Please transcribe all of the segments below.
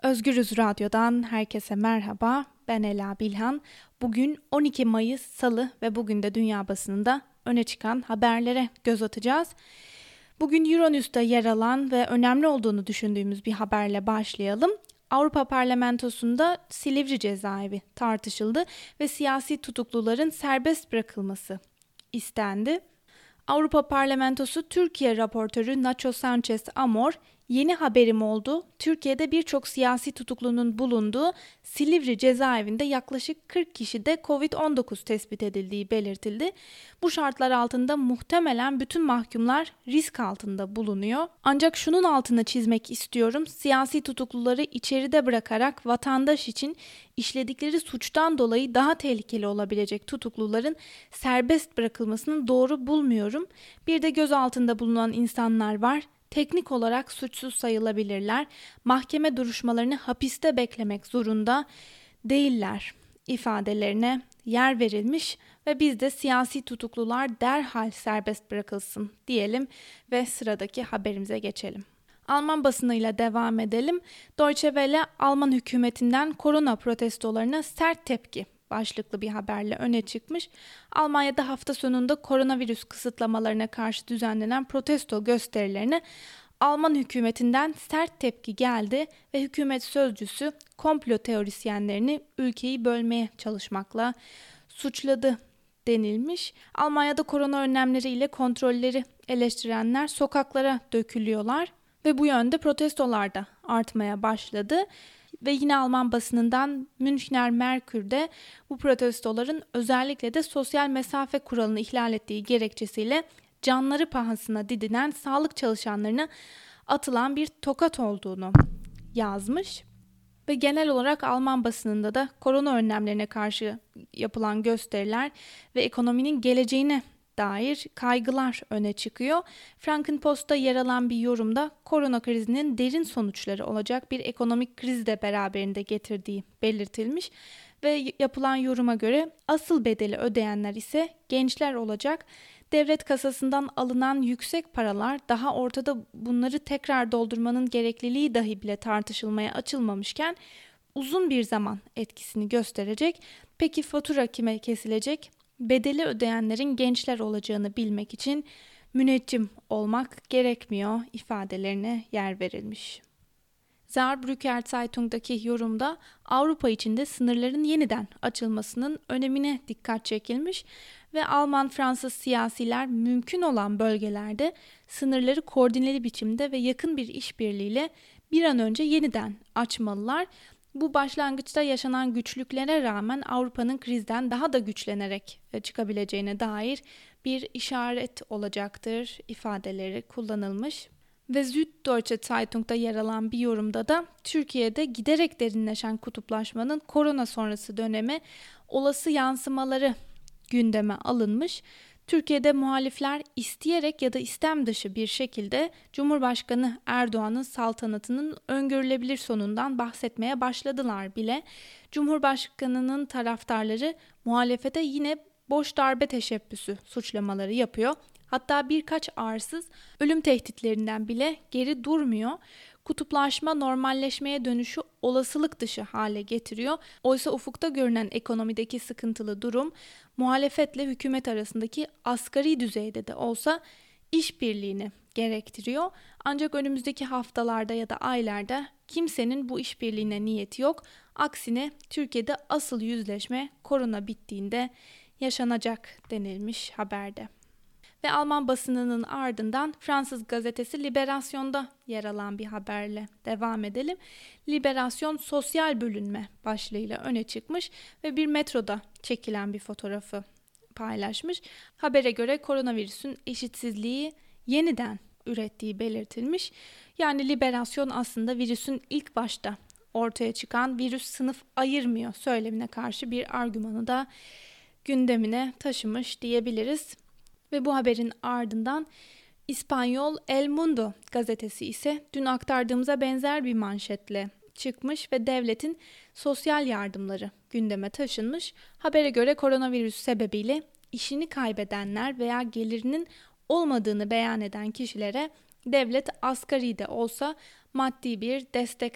Özgürüz Radyo'dan herkese merhaba. Ben Ela Bilhan. Bugün 12 Mayıs Salı ve bugün de dünya basınında öne çıkan haberlere göz atacağız. Bugün Euronews'ta yer alan ve önemli olduğunu düşündüğümüz bir haberle başlayalım. Avrupa Parlamentosu'nda Silivri cezaevi tartışıldı ve siyasi tutukluların serbest bırakılması istendi. Avrupa Parlamentosu Türkiye raportörü Nacho Sanchez Amor, yeni haberim oldu. Türkiye'de birçok siyasi tutuklunun bulunduğu Silivri cezaevinde yaklaşık 40 kişide Covid-19 tespit edildiği belirtildi. Bu şartlar altında muhtemelen bütün mahkumlar risk altında bulunuyor. Ancak şunun altını çizmek istiyorum. Siyasi tutukluları içeride bırakarak vatandaş için işledikleri suçtan dolayı daha tehlikeli olabilecek tutukluların serbest bırakılmasını doğru bulmuyorum. Bir de gözaltında bulunan insanlar var. Teknik olarak suçsuz sayılabilirler. Mahkeme duruşmalarını hapiste beklemek zorunda değiller ifadelerine yer verilmiş ve biz de siyasi tutuklular derhal serbest bırakılsın diyelim ve sıradaki haberimize geçelim. Alman basınıyla devam edelim. Deutsche Welle, Alman hükümetinden korona protestolarına sert tepki başlıklı bir haberle öne çıkmış. Almanya'da hafta sonunda koronavirüs kısıtlamalarına karşı düzenlenen protesto gösterilerine Alman hükümetinden sert tepki geldi ve hükümet sözcüsü komplo teorisyenlerini ülkeyi bölmeye çalışmakla suçladı denilmiş. Almanya'da korona önlemleri ile kontrolleri eleştirenler sokaklara dökülüyorlar ve bu yönde protestolar da artmaya başladı. Ve yine Alman basınından Münchner Merkür'de bu protestoların özellikle de sosyal mesafe kuralını ihlal ettiği gerekçesiyle canları pahasına didinen sağlık çalışanlarına atılan bir tokat olduğunu yazmış. Ve genel olarak Alman basınında da korona önlemlerine karşı yapılan gösteriler ve ekonominin geleceğine dair kaygılar öne çıkıyor. Frankenpost'ta yer alan bir yorumda korona krizinin derin sonuçları olacak bir ekonomik kriz de beraberinde getirdiği belirtilmiş ve yapılan yoruma göre asıl bedeli ödeyenler ise gençler olacak. Devlet kasasından alınan yüksek paralar daha ortada, bunları tekrar doldurmanın gerekliliği dahi bile tartışılmaya açılmamışken uzun bir zaman etkisini gösterecek. Peki fatura kime kesilecek? Bedeli ödeyenlerin gençler olacağını bilmek için müneccim olmak gerekmiyor ifadelerine yer verilmiş. Saarbrücker Zeitung'daki yorumda Avrupa içinde sınırların yeniden açılmasının önemine dikkat çekilmiş ve Alman-Fransız siyasiler mümkün olan bölgelerde sınırları koordineli biçimde ve yakın bir işbirliğiyle bir an önce yeniden açmalılar. Bu başlangıçta yaşanan güçlüklere rağmen Avrupa'nın krizden daha da güçlenerek çıkabileceğine dair bir işaret olacaktır ifadeleri kullanılmış. Ve Süddeutsche Zeitung'da yer alan bir yorumda da Türkiye'de giderek derinleşen kutuplaşmanın korona sonrası döneme olası yansımaları gündeme alınmış. Türkiye'de muhalifler isteyerek ya da istem dışı bir şekilde Cumhurbaşkanı Erdoğan'ın saltanatının öngörülebilir sonundan bahsetmeye başladılar bile. Cumhurbaşkanının taraftarları muhalefete yine boş darbe teşebbüsü suçlamaları yapıyor. Hatta birkaç arsız ölüm tehditlerinden bile geri durmuyor. Kutuplaşma normalleşmeye dönüşü olasılık dışı hale getiriyor. Oysa ufukta görünen ekonomideki sıkıntılı durum muhalefetle hükümet arasındaki asgari düzeyde de olsa işbirliğini gerektiriyor. Ancak önümüzdeki haftalarda ya da aylarda kimsenin bu işbirliğine niyeti yok. Aksine Türkiye'de asıl yüzleşme korona bittiğinde yaşanacak denilmiş haberde. Ve Alman basınının ardından Fransız gazetesi Liberation'da yer alan bir haberle devam edelim. Liberasyon sosyal bölünme başlığıyla öne çıkmış ve bir metroda çekilen bir fotoğrafı paylaşmış. Habere göre koronavirüsün eşitsizliği yeniden ürettiği belirtilmiş. Yani liberasyon aslında virüsün ilk başta ortaya çıkan virüs sınıf ayırmıyor söylemine karşı bir argümanı da gündemine taşımış diyebiliriz. Ve bu haberin ardından İspanyol El Mundo gazetesi ise dün aktardığımıza benzer bir manşetle çıkmış ve devletin sosyal yardımları gündeme taşınmış. Habere göre koronavirüs sebebiyle işini kaybedenler veya gelirinin olmadığını beyan eden kişilere devlet asgari de olsa maddi bir destekte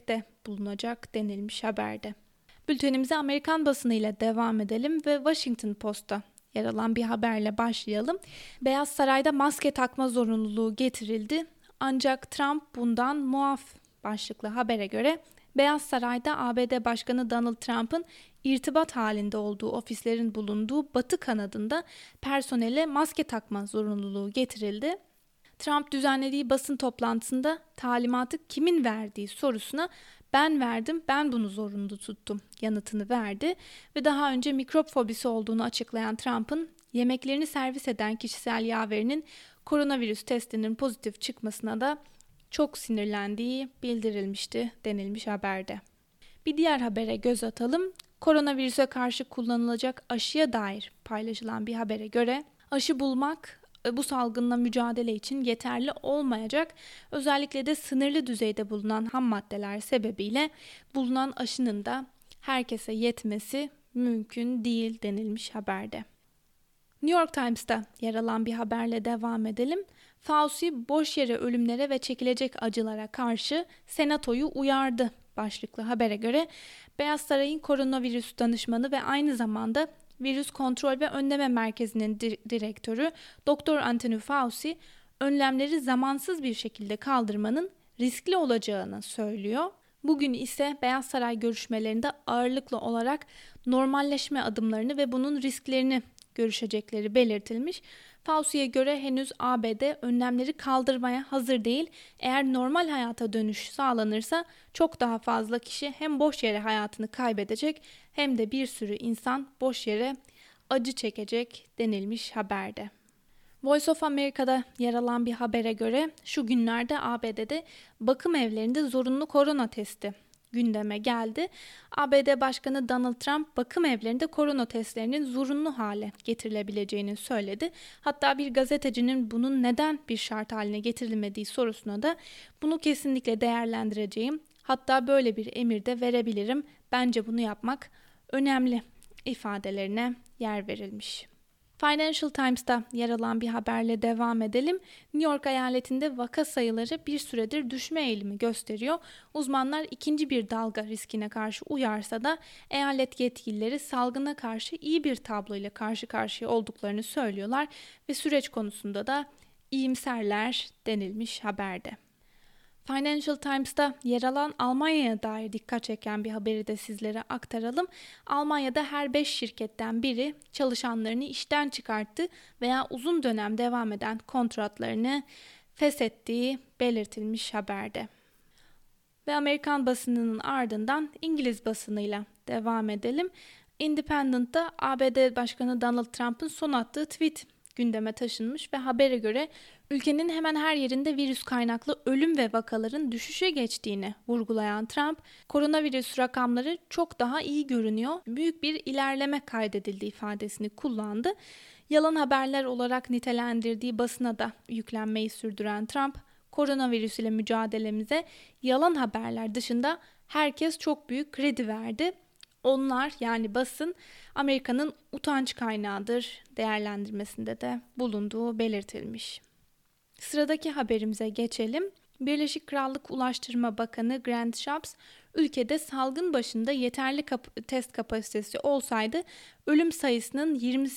bulunacak denilmiş haberde. Bültenimize Amerikan basınıyla devam edelim ve Washington Post'ta yer alan bir haberle başlayalım. Beyaz Saray'da maske takma zorunluluğu getirildi ancak Trump bundan muaf başlıklı habere göre Beyaz Saray'da ABD Başkanı Donald Trump'ın irtibat halinde olduğu ofislerin bulunduğu batı kanadında personele maske takma zorunluluğu getirildi. Trump düzenlediği basın toplantısında talimatı kimin verdiği sorusuna "Ben verdim, ben bunu zorunlu tuttum" yanıtını verdi ve daha önce mikrop fobisi olduğunu açıklayan Trump'ın yemeklerini servis eden kişisel yaverinin koronavirüs testinin pozitif çıkmasına da çok sinirlendiği bildirilmişti denilmiş haberde. Bir diğer habere göz atalım. Koronavirüse karşı kullanılacak aşıya dair paylaşılan bir habere göre aşı bulmak bu salgınla mücadele için yeterli olmayacak. Özellikle de sınırlı düzeyde bulunan ham maddeler sebebiyle bulunan aşının da herkese yetmesi mümkün değil denilmiş haberde. New York Times'ta yer alan bir haberle devam edelim. Fauci boş yere ölümlere ve çekilecek acılara karşı Senato'yu uyardı başlıklı habere göre Beyaz Saray'ın koronavirüs danışmanı ve aynı zamanda Virüs Kontrol ve Önleme Merkezi'nin direktörü Dr. Anthony Fauci önlemleri zamansız bir şekilde kaldırmanın riskli olacağını söylüyor. Bugün ise Beyaz Saray görüşmelerinde ağırlıklı olarak normalleşme adımlarını ve bunun risklerini görüşecekleri belirtilmiş. Fauci'ye göre henüz ABD önlemleri kaldırmaya hazır değil. Eğer normal hayata dönüş sağlanırsa çok daha fazla kişi hem boş yere hayatını kaybedecek hem de bir sürü insan boş yere acı çekecek denilmiş haberde. Voice of America'da yer alan bir habere göre şu günlerde ABD'de bakım evlerinde zorunlu korona testi gündeme geldi. ABD Başkanı Donald Trump bakım evlerinde korona testlerinin zorunlu hale getirilebileceğini söyledi. Hatta bir gazetecinin bunun neden bir şart haline getirilmediği sorusuna da bunu kesinlikle değerlendireceğim. Hatta böyle bir emir de verebilirim. Bence bunu yapmak önemli ifadelerine yer verilmiş. Financial Times'ta yer alan bir haberle devam edelim. New York eyaletinde vaka sayıları bir süredir düşme eğilimi gösteriyor. Uzmanlar ikinci bir dalga riskine karşı uyarsa da eyalet yetkilileri salgına karşı iyi bir tabloyla karşı karşıya olduklarını söylüyorlar ve süreç konusunda da iyimserler denilmiş haberde. Financial Times'ta yer alan Almanya'ya dair dikkat çeken bir haberi de sizlere aktaralım. Almanya'da her 5 şirketten biri çalışanlarını işten çıkarttı veya uzun dönem devam eden kontratlarını feshettiği belirtilmiş haberde. Ve Amerikan basınının ardından İngiliz basınıyla devam edelim. Independent'ta ABD Başkanı Donald Trump'ın son attığı tweet gündeme taşınmış ve habere göre ülkenin hemen her yerinde virüs kaynaklı ölüm ve vakaların düşüşe geçtiğini vurgulayan Trump, koronavirüs rakamları çok daha iyi görünüyor, büyük bir ilerleme kaydedildi ifadesini kullandı. Yalan haberler olarak nitelendirdiği basına da yüklenmeyi sürdüren Trump, koronavirüs ile mücadelemize yalan haberler dışında herkes çok büyük kredi verdi. Onlar yani basın Amerika'nın utanç kaynağıdır değerlendirmesinde de bulunduğu belirtilmiş. Sıradaki haberimize geçelim. Birleşik Krallık Ulaştırma Bakanı Grant Shapps, ülkede salgın başında yeterli test kapasitesi olsaydı ölüm sayısının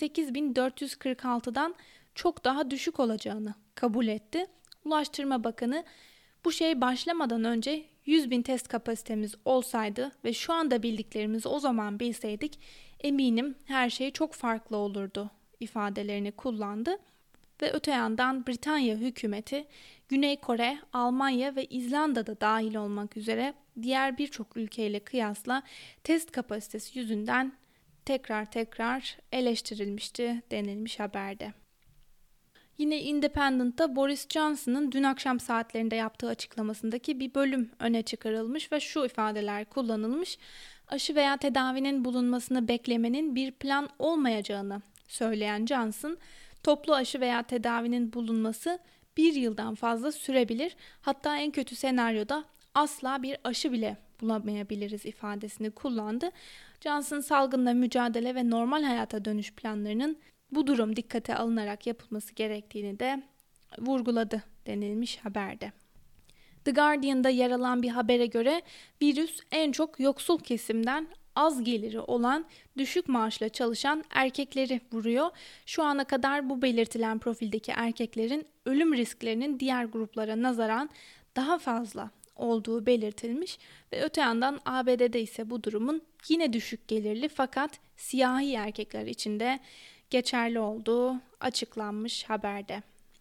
28.446'dan çok daha düşük olacağını kabul etti. Ulaştırma Bakanı, bu şey başlamadan önce 100.000 test kapasitemiz olsaydı ve şu anda bildiklerimizi o zaman bilseydik eminim her şey çok farklı olurdu ifadelerini kullandı. Ve öte yandan Britanya hükümeti Güney Kore, Almanya ve İzlanda'da dahil olmak üzere diğer birçok ülkeyle kıyasla test kapasitesi yüzünden tekrar eleştirilmişti denilmiş haberde. Yine Independent'ta Boris Johnson'ın dün akşam saatlerinde yaptığı açıklamasındaki bir bölüm öne çıkarılmış ve şu ifadeler kullanılmış. Aşı veya tedavinin bulunmasını beklemenin bir plan olmayacağını söyleyen Johnson, toplu aşı veya tedavinin bulunması 1 yıldan fazla sürebilir. Hatta en kötü senaryoda asla bir aşı bile bulamayabiliriz ifadesini kullandı. Johnson salgınla mücadele ve normal hayata dönüş planlarının bu durum dikkate alınarak yapılması gerektiğini de vurguladı denilmiş haberde. The Guardian'da yer alan bir habere göre virüs en çok yoksul kesimden az geliri olan, düşük maaşla çalışan erkekleri vuruyor. Şu ana kadar bu belirtilen profildeki erkeklerin ölüm risklerinin diğer gruplara nazaran daha fazla olduğu belirtilmiş ve öte yandan ABD'de ise bu durumun yine düşük gelirli fakat siyahi erkekler için de geçerli olduğu açıklanmış haberde.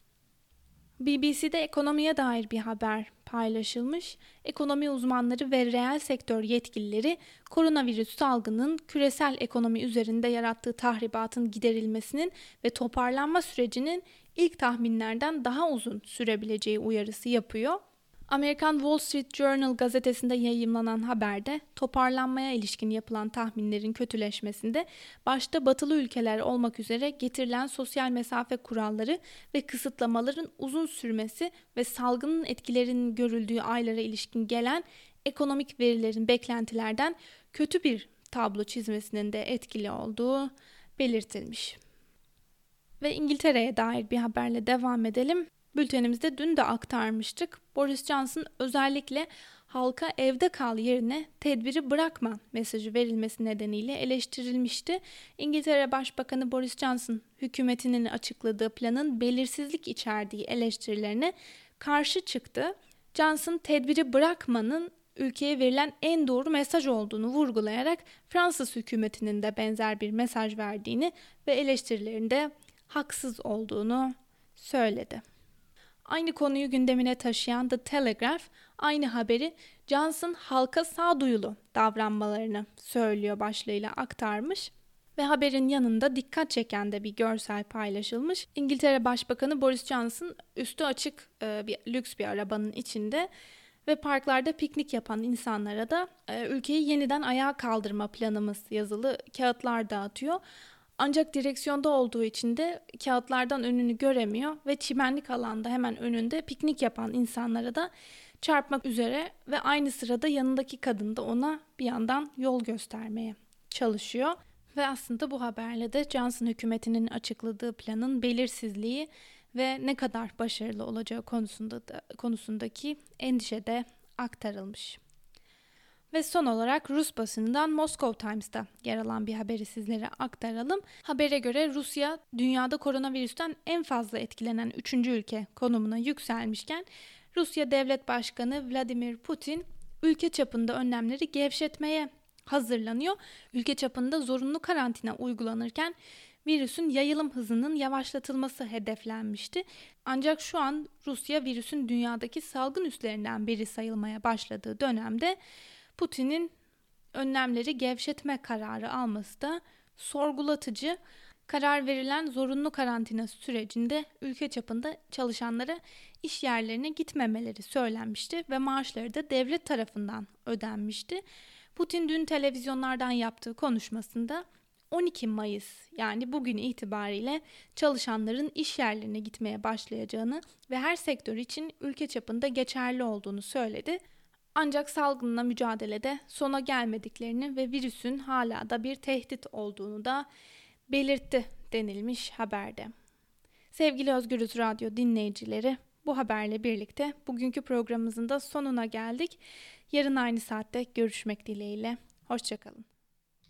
BBC'de ekonomiye dair bir haber paylaşılmış. Ekonomi uzmanları ve reel sektör yetkilileri koronavirüs salgının küresel ekonomi üzerinde yarattığı tahribatın giderilmesinin ve toparlanma sürecinin ilk tahminlerden daha uzun sürebileceği uyarısı yapıyor. Amerikan Wall Street Journal gazetesinde yayımlanan haberde toparlanmaya ilişkin yapılan tahminlerin kötüleşmesinde başta batılı ülkeler olmak üzere getirilen sosyal mesafe kuralları ve kısıtlamaların uzun sürmesi ve salgının etkilerinin görüldüğü aylara ilişkin gelen ekonomik verilerin beklentilerden kötü bir tablo çizmesinin de etkili olduğu belirtilmiş. Ve İngiltere'ye dair bir haberle devam edelim. Bültenimizde dün de aktarmıştık. Boris Johnson özellikle halka evde kal yerine tedbiri bırakma mesajı verilmesi nedeniyle eleştirilmişti. İngiltere Başbakanı Boris Johnson hükümetinin açıkladığı planın belirsizlik içerdiği eleştirilerine karşı çıktı. Johnson tedbiri bırakmanın ülkeye verilen en doğru mesaj olduğunu vurgulayarak Fransız hükümetinin de benzer bir mesaj verdiğini ve eleştirilerinde haksız olduğunu söyledi. Aynı konuyu gündemine taşıyan The Telegraph aynı haberi Johnson halka sağduyulu davranmalarını söylüyor başlığıyla aktarmış ve haberin yanında dikkat çeken de bir görsel paylaşılmış. İngiltere Başbakanı Boris Johnson üstü açık lüks bir arabanın içinde ve parklarda piknik yapan insanlara da ülkeyi yeniden ayağa kaldırma planımız yazılı kağıtlar dağıtıyor. Ancak direksiyonda olduğu için de kağıtlardan önünü göremiyor ve çimenlik alanda hemen önünde piknik yapan insanlara da çarpmak üzere ve aynı sırada yanındaki kadın da ona bir yandan yol göstermeye çalışıyor. Ve aslında bu haberle de Johnson hükümetinin açıkladığı planın belirsizliği ve ne kadar başarılı olacağı konusundaki endişe de aktarılmış. Ve son olarak Rus basınından Moscow Times'ta yer alan bir haberi sizlere aktaralım. Habere göre Rusya dünyada koronavirüsten en fazla etkilenen 3. ülke konumuna yükselmişken Rusya Devlet Başkanı Vladimir Putin ülke çapında önlemleri gevşetmeye hazırlanıyor. Ülke çapında zorunlu karantina uygulanırken virüsün yayılım hızının yavaşlatılması hedeflenmişti. Ancak şu an Rusya virüsün dünyadaki salgın üslerinden biri sayılmaya başladığı dönemde Putin'in önlemleri gevşetme kararı alması da sorgulatıcı. Karar verilen zorunlu karantina sürecinde ülke çapında çalışanlara iş yerlerine gitmemeleri söylenmişti ve maaşları da devlet tarafından ödenmişti. Putin dün televizyonlardan yaptığı konuşmasında 12 Mayıs yani bugün itibariyle çalışanların iş yerlerine gitmeye başlayacağını ve her sektör için ülke çapında geçerli olduğunu söyledi. Ancak salgınla mücadelede sona gelmediklerini ve virüsün hala da bir tehdit olduğunu da belirtti denilmiş haberde. Sevgili Özgürüz Radyo dinleyicileri, bu haberle birlikte bugünkü programımızın da sonuna geldik. Yarın aynı saatte görüşmek dileğiyle. Hoşça kalın.